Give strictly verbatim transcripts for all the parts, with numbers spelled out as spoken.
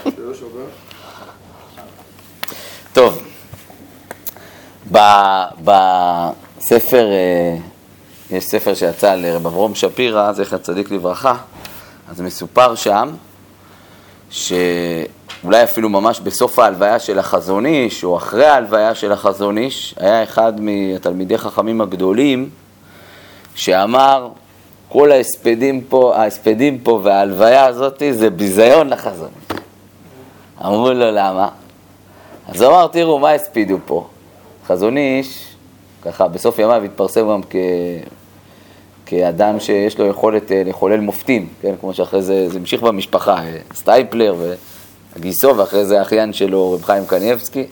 טוב, בספר, יש ספר שיצא לרב אברום שפירא, זכר צדיק לברכה, אז מסופר שם, שאולי אפילו ממש בסוף ההלוויה של החזון איש, או אחרי ההלוויה של החזון איש, היה אחד מהתלמידי חכמים הגדולים, שאמר, כל ההספדים פה, ההספדים פה וההלוויה הזאת זה ביזיון לחזון. אמרו לו למה? אז הוא אמר, תראו, מה הספידו פה? חזון איש, ככה, בסוף ימיו התפרסם גם כ... כאדם שיש לו יכולת לחולל מופתים, כן? כמו שאחרי זה, זה המשיך במשפחה, סטייפלר וגיסו, ואחרי זה האחיין שלו, רב חיים קניבסקי.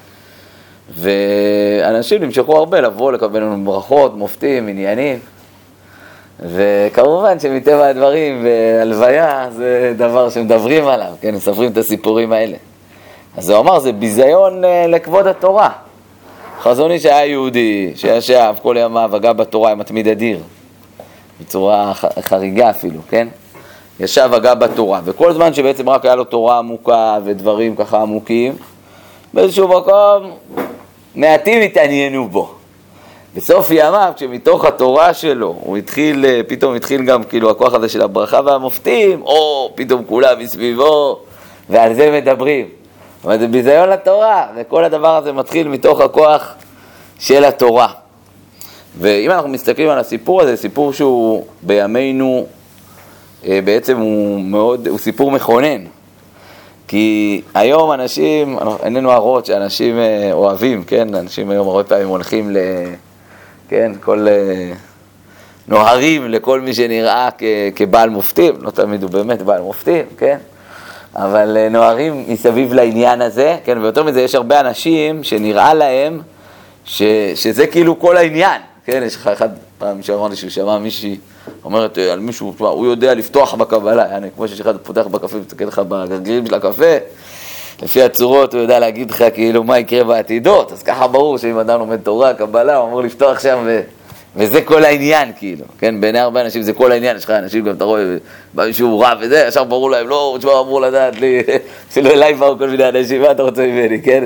ואנשים נמשכו הרבה לבוא, לקבל לנו ברכות, מופתים, עניינים. וכמובן שמטבע הדברים והלוויה זה דבר שמדברים עליו, כן? מספרים את הסיפורים האלה. אז הוא אמר, זה ביזיון לכבוד התורה. חזון איש היה יהודי, שישב כל ימיו, הגה בתורה עם התמיד אדיר, בצורה חריגה אפילו, כן? ישב הגה בתורה, וכל זמן שבעצם רק היה לו תורה עמוקה ודברים ככה עמוקים, באיזשהו מקום מעטים התעניינו בו. בסוף ימיו, כשמתוך התורה שלו, הוא התחיל, פתאום התחיל גם כאילו הכוח הזה של הברכה והמופתים, או פתאום כולם מסביבו, ועל זה מדברים. אבל זה ביזיון לתורה, וכל הדבר הזה מתחיל מתוך הכוח של התורה. ואם אנחנו מסתכלים על הסיפור הזה, סיפור שהוא בימינו, בעצם הוא מאוד, הוא סיפור מכונן. כי היום אנשים, איננו הרות שאנשים אוהבים, כן? אנשים היום הרבה פעמים הולכים ל... כן? כל... נוהרים לכל מי שנראה כ... כבעל מופתים, לא תמיד הוא באמת בעל מופתים, כן? אבל נוהרים מסביב לעניין הזה, כן? ויותר מזה יש הרבה אנשים שנראה להם ש... שזה כאילו כל העניין, כן? יש לך אחד פעם שאמרתי שהוא שמע מישהי אומרת על מישהו, הוא יודע לפתוח בקבלה, yani, כמו שיש אחד פותח בקפה ותסתכל לך בגרגירים של הקפה, לפי הצורות הוא יודע להגיד לך כאילו מה יקרה בעתידות, אז ככה ברור שאם אדם לומד תורה, קבלה, הוא אמור לפתוח שם ו... וזה כל העניין כאילו, כן? בעיני הרבה אנשים זה כל העניין, יש לך אנשים גם אתה רואה, בא מישהו רע וזה, ישר ברור להם, לא, תשמע, אמור לדעת לי, שלא אליי באו כל מיני אנשים, מה אתה רוצה ממני, כן?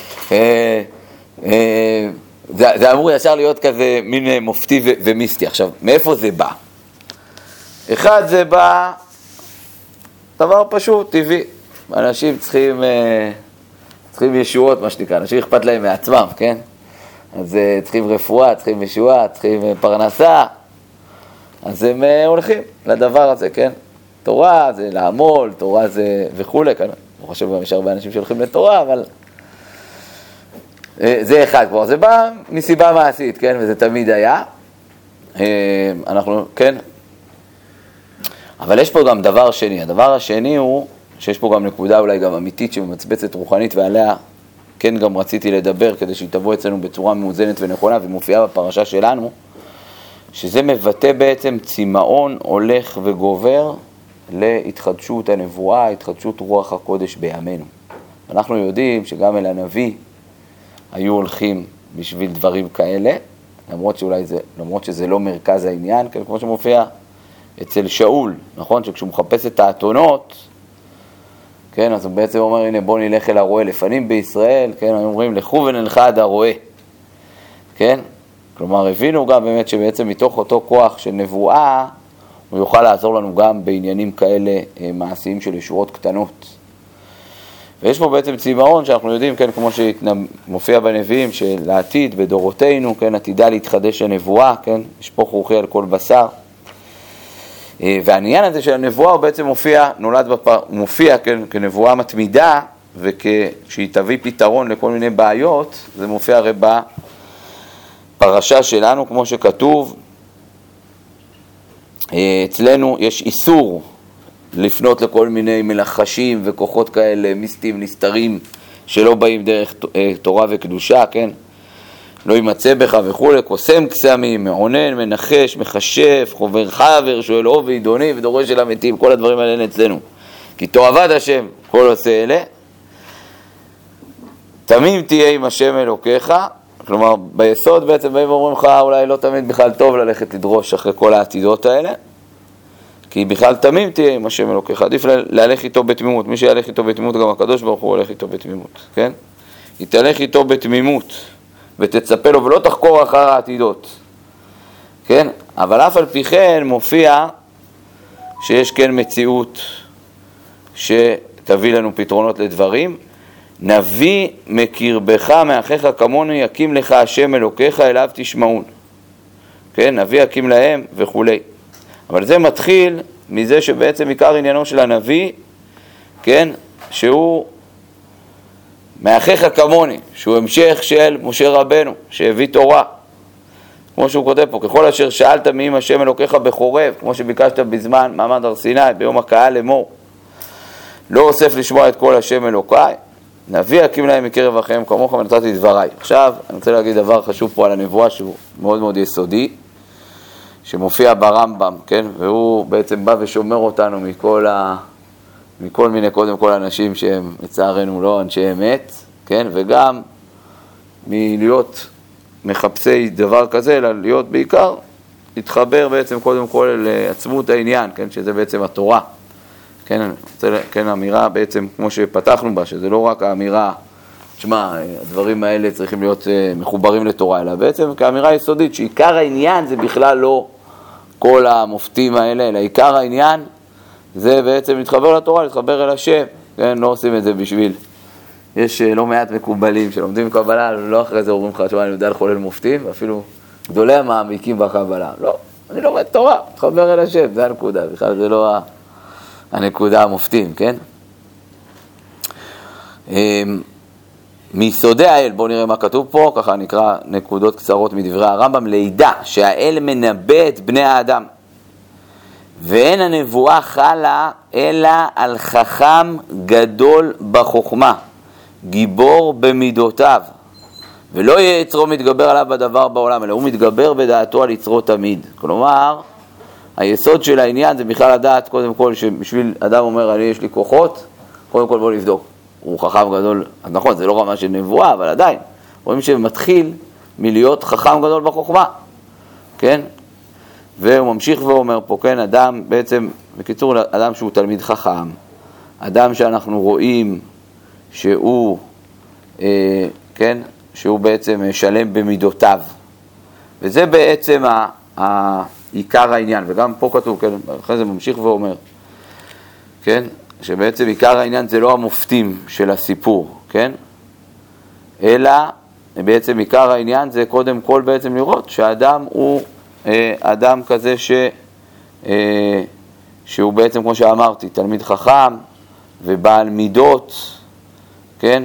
זה, זה אמור ישר להיות כזה מין מופתי ו- ומיסטי. עכשיו, מאיפה זה בא? אחד זה בא, דבר פשוט, טבעי. אנשים צריכים, צריכים ישועות, מה שנקרא, אנשים אכפת להם מעצמם, כן? אז צריכים רפואה, צריכים ישועה, צריכים פרנסה, אז הם הולכים לדבר הזה, כן? תורה זה לעמול, תורה זה וכו', כאן, אני חושב גם יש הרבה אנשים שהולכים לתורה, אבל זה אחד כבר, זה בא מסיבה מעשית, כן? וזה תמיד היה, אנחנו, כן? אבל יש פה גם דבר שני, הדבר השני הוא שיש פה גם נקודה אולי גם אמיתית שמצבצת רוחנית ועליה כן גם רציתי לדבר כדי שהיא תבוא אצלנו בצורה מאוזנת ונכונה ומופיעה בפרשה שלנו, שזה מבטא בעצם צמאון הולך וגובר להתחדשות הנבואה, התחדשות רוח הקודש בימינו. אנחנו יודעים שגם אל הנביא היו הולכים בשביל דברים כאלה, למרות שאולי זה, למרות שזה לא מרכז העניין, כן, כמו שמופיע אצל שאול, נכון? שכשהוא מחפש את האתונות, כן, אז הוא בעצם אומר, הנה בוא נלך אל הרועה, לפנים בישראל, כן, הם אומרים, לכו ונלכה עד הרועה, כן? כלומר, הבינו גם באמת שבעצם מתוך אותו כוח של נבואה, הוא יוכל לעזור לנו גם בעניינים כאלה מעשיים של ישועות קטנות. ויש פה בעצם צמאון שאנחנו יודעים, כן, כמו שמופיע בנביאים, שלעתיד, בדורותינו, כן, עתידה להתחדש הנבואה, כן, ישפוך רוחי על כל בשר. והעניין הזה של הנבואה הוא בעצם מופיע, נולד בפר, מופיע כן, כנבואה מתמידה, וכשהיא תביא פתרון לכל מיני בעיות, זה מופיע הרי בפרשה שלנו, כמו שכתוב, אצלנו יש איסור לפנות לכל מיני מלחשים וכוחות כאלה, מיסטים, נסתרים, שלא באים דרך תורה וקדושה, כן? לא יימצא בך וכו', קוסם קסמים, מעונן, מנחש, מחשף, חובר חבר, שואל אוב ועידוני ודורש של המתים, כל הדברים האלה אצלנו. כי תאהבת השם, כל עושה אלה. תמים תהיה עם השם אלוקיך, כלומר ביסוד בעצם באים ואומרים לך, אולי לא תמיד בכלל טוב ללכת לדרוש אחרי כל העתידות האלה. כי בכלל תמים תהיה עם השם אלוקיך, עדיף להלך איתו בתמימות, מי שילך איתו בתמימות גם הקדוש ברוך הוא הולך איתו בתמימות, כן? היא תלך איתו בתמימות ותצפה לו ולא תחקור אחר העתידות, כן? אבל אף על פי כן מופיע שיש כן מציאות שתביא לנו פתרונות לדברים. נביא מקרבך מאחיך כמוני יקים לך השם אלוקיך אליו תשמעון, כן? נביא יקים להם וכו'. אבל זה מתחיל מזה שבעצם עיקר עניינו של הנביא, כן? שהוא מאחיך כמוני, שהוא המשך של משה רבנו שהביא תורה, כמו שהוא כותב פה, ככל אשר שאלת מי השם אלוקיך בחורב, כמו שביקשת בזמן מעמד הר סיני ביום הקהל לאמור, לא אוסף לשמוע את כל השם אלוקיי, נביא יקים להם מקרב אחיהם כמוך ונתתי דבריי. עכשיו אני רוצה להגיד דבר חשוב פה על הנבואה שהוא מאוד מאוד יסודי, שמופיע ברמב"ם, כן? והוא בעצם בא ושומר אותנו מכל ה... מכל מיני קודם כל אנשים שהם לצערנו לא אנשי אמת, כן? וגם מלהיות מחפשי דבר כזה, אלא להיות בעיקר, להתחבר בעצם קודם כל לעצמות העניין, כן? שזה בעצם התורה. כן, כן, האמירה בעצם כמו שפתחנו בה, שזה לא רק האמירה, תשמע, הדברים האלה צריכים להיות מחוברים לתורה, אלא בעצם כאמירה יסודית, שעיקר העניין זה בכלל לא כל המופתים האלה, אלא עיקר העניין זה בעצם להתחבר לתורה, להתחבר אל השם, כן, לא עושים את זה בשביל. יש לא מעט מקובלים שלומדים קבלה, לא אחרי זה אומרים לך, תשמע, אני יודע לחולל מופתים, ואפילו גדולי המעמיקים בקבלה. לא, אני לומד תורה, מתחבר אל השם, זה הנקודה, בכלל זה לא הנקודה המופתים, כן? מיסודי האל, בואו נראה מה כתוב פה, ככה נקרא נקודות קצרות מדברי הרמב"ם, לידע שהאל מנבא את בני האדם, ואין הנבואה חלה אלא על חכם גדול בחוכמה, גיבור במידותיו, ולא יהיה יצרו מתגבר עליו בדבר בעולם, אלא הוא מתגבר בדעתו על יצרו תמיד. כלומר, היסוד של העניין זה בכלל לדעת, קודם כל, שבשביל אדם אומר, אני יש לי כוחות, קודם כל בוא לבדוק. הוא חכם גדול, אז נכון, זה לא רמה של נבואה, אבל עדיין, רואים שמתחיל מלהיות חכם גדול בחוכמה, כן? והוא ממשיך ואומר פה, כן, אדם בעצם, בקיצור, אדם שהוא תלמיד חכם, אדם שאנחנו רואים שהוא, אה, כן, שהוא בעצם שלם במידותיו, וזה בעצם ה, ה, עיקר העניין, וגם פה כתוב, כן, אחרי זה ממשיך ואומר, כן, שבעצם עיקר העניין זה לא המופתים של הסיפור, כן, אלא בעצם עיקר העניין זה קודם כל בעצם לראות שהאדם הוא אה, אדם כזה ש, אה, שהוא בעצם כמו שאמרתי, תלמיד חכם ובעל מידות, כן,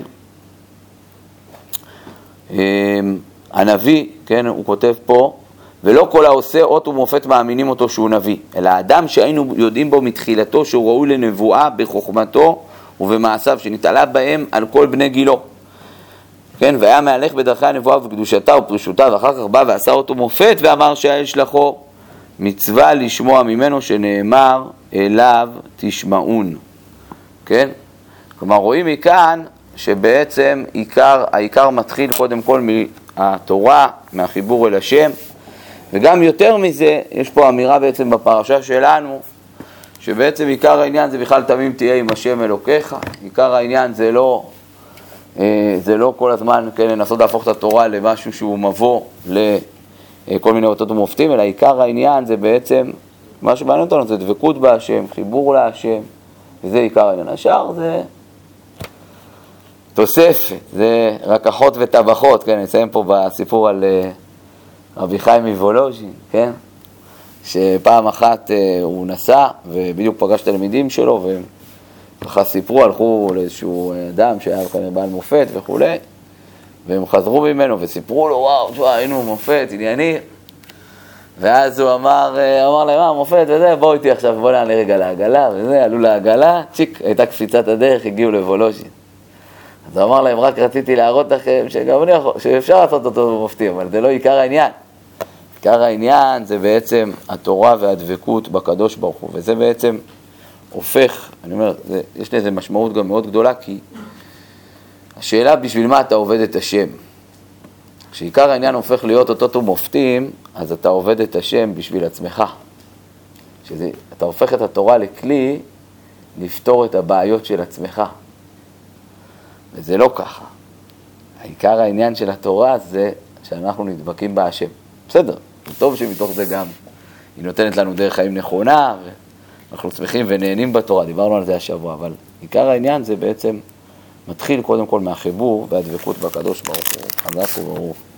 אה, הנביא, כן, הוא כותב פה, ולא כל העושה אות ומופת מאמינים אותו שהוא נביא, אלא האדם שהיינו יודעים בו מתחילתו שהוא ראוי לנבואה בחוכמתו ובמעשיו שנתעלה בהם על כל בני גילו. כן, והיה מהלך בדרכי הנבואה ובקדושתה ופרישותה, ואחר כך בא ועשה אותו מופת ואמר שהאל שלחו מצווה לשמוע ממנו שנאמר אליו תשמעון. כן? כלומר רואים מכאן שבעצם עיקר, העיקר מתחיל קודם כל מהתורה, מהחיבור אל השם, וגם יותר מזה, יש פה אמירה בעצם בפרשה שלנו, שבעצם עיקר העניין זה בכלל תמים תהיה עם השם אלוקיך, עיקר העניין זה לא, זה לא כל הזמן, כן, לנסות להפוך את התורה למשהו שהוא מבוא לכל מיני אותות ומופתים, אלא עיקר העניין זה בעצם, מה שמעניין אותנו זה דבקות בהשם, חיבור להשם, וזה עיקר העניין. השאר זה תוספת, זה רקחות וטבחות, כן, נסיים פה בסיפור על רבי חיים מוולוז'ין, כן? שפעם אחת אה, הוא נסע ובדיוק פגש את התלמידים שלו והם ככה סיפרו, הלכו לאיזשהו אדם שהיה כנראה בעל מופת וכו', והם חזרו ממנו וסיפרו לו, וואו, תשמע, היינו מופת, ענייני, ואז הוא אמר, אמר להם, מה, מופת וזה, בואו איתי עכשיו, בואו נעלה רגע לעגלה, וזה, עלו לעגלה, צ'יק, הייתה קפיצת הדרך, הגיעו לוולוז'ין. אז הוא אמר להם, רק רציתי להראות לכם שגם אני יכול, שאפשר לעשות אותו במופתים, אבל זה לא עיקר העניין. עיקר העניין זה בעצם התורה והדבקות בקדוש ברוך הוא, וזה בעצם הופך, אני אומר, זה, יש לזה משמעות גם מאוד גדולה, כי השאלה בשביל מה אתה עובד את השם. כשעיקר העניין הופך להיות אותות ומופתים, אז אתה עובד את השם בשביל עצמך. שאתה הופך את התורה לכלי לפתור את הבעיות של עצמך. וזה לא ככה. העיקר העניין של התורה זה שאנחנו נדבקים בהשם. בסדר, זה טוב שמתוך זה גם היא נותנת לנו דרך חיים נכונה, ואנחנו שמחים ונהנים בתורה, דיברנו על זה השבוע, אבל עיקר העניין זה בעצם מתחיל קודם כל מהחיבור והדבקות בקדוש ברוך הוא, חזק וברוך.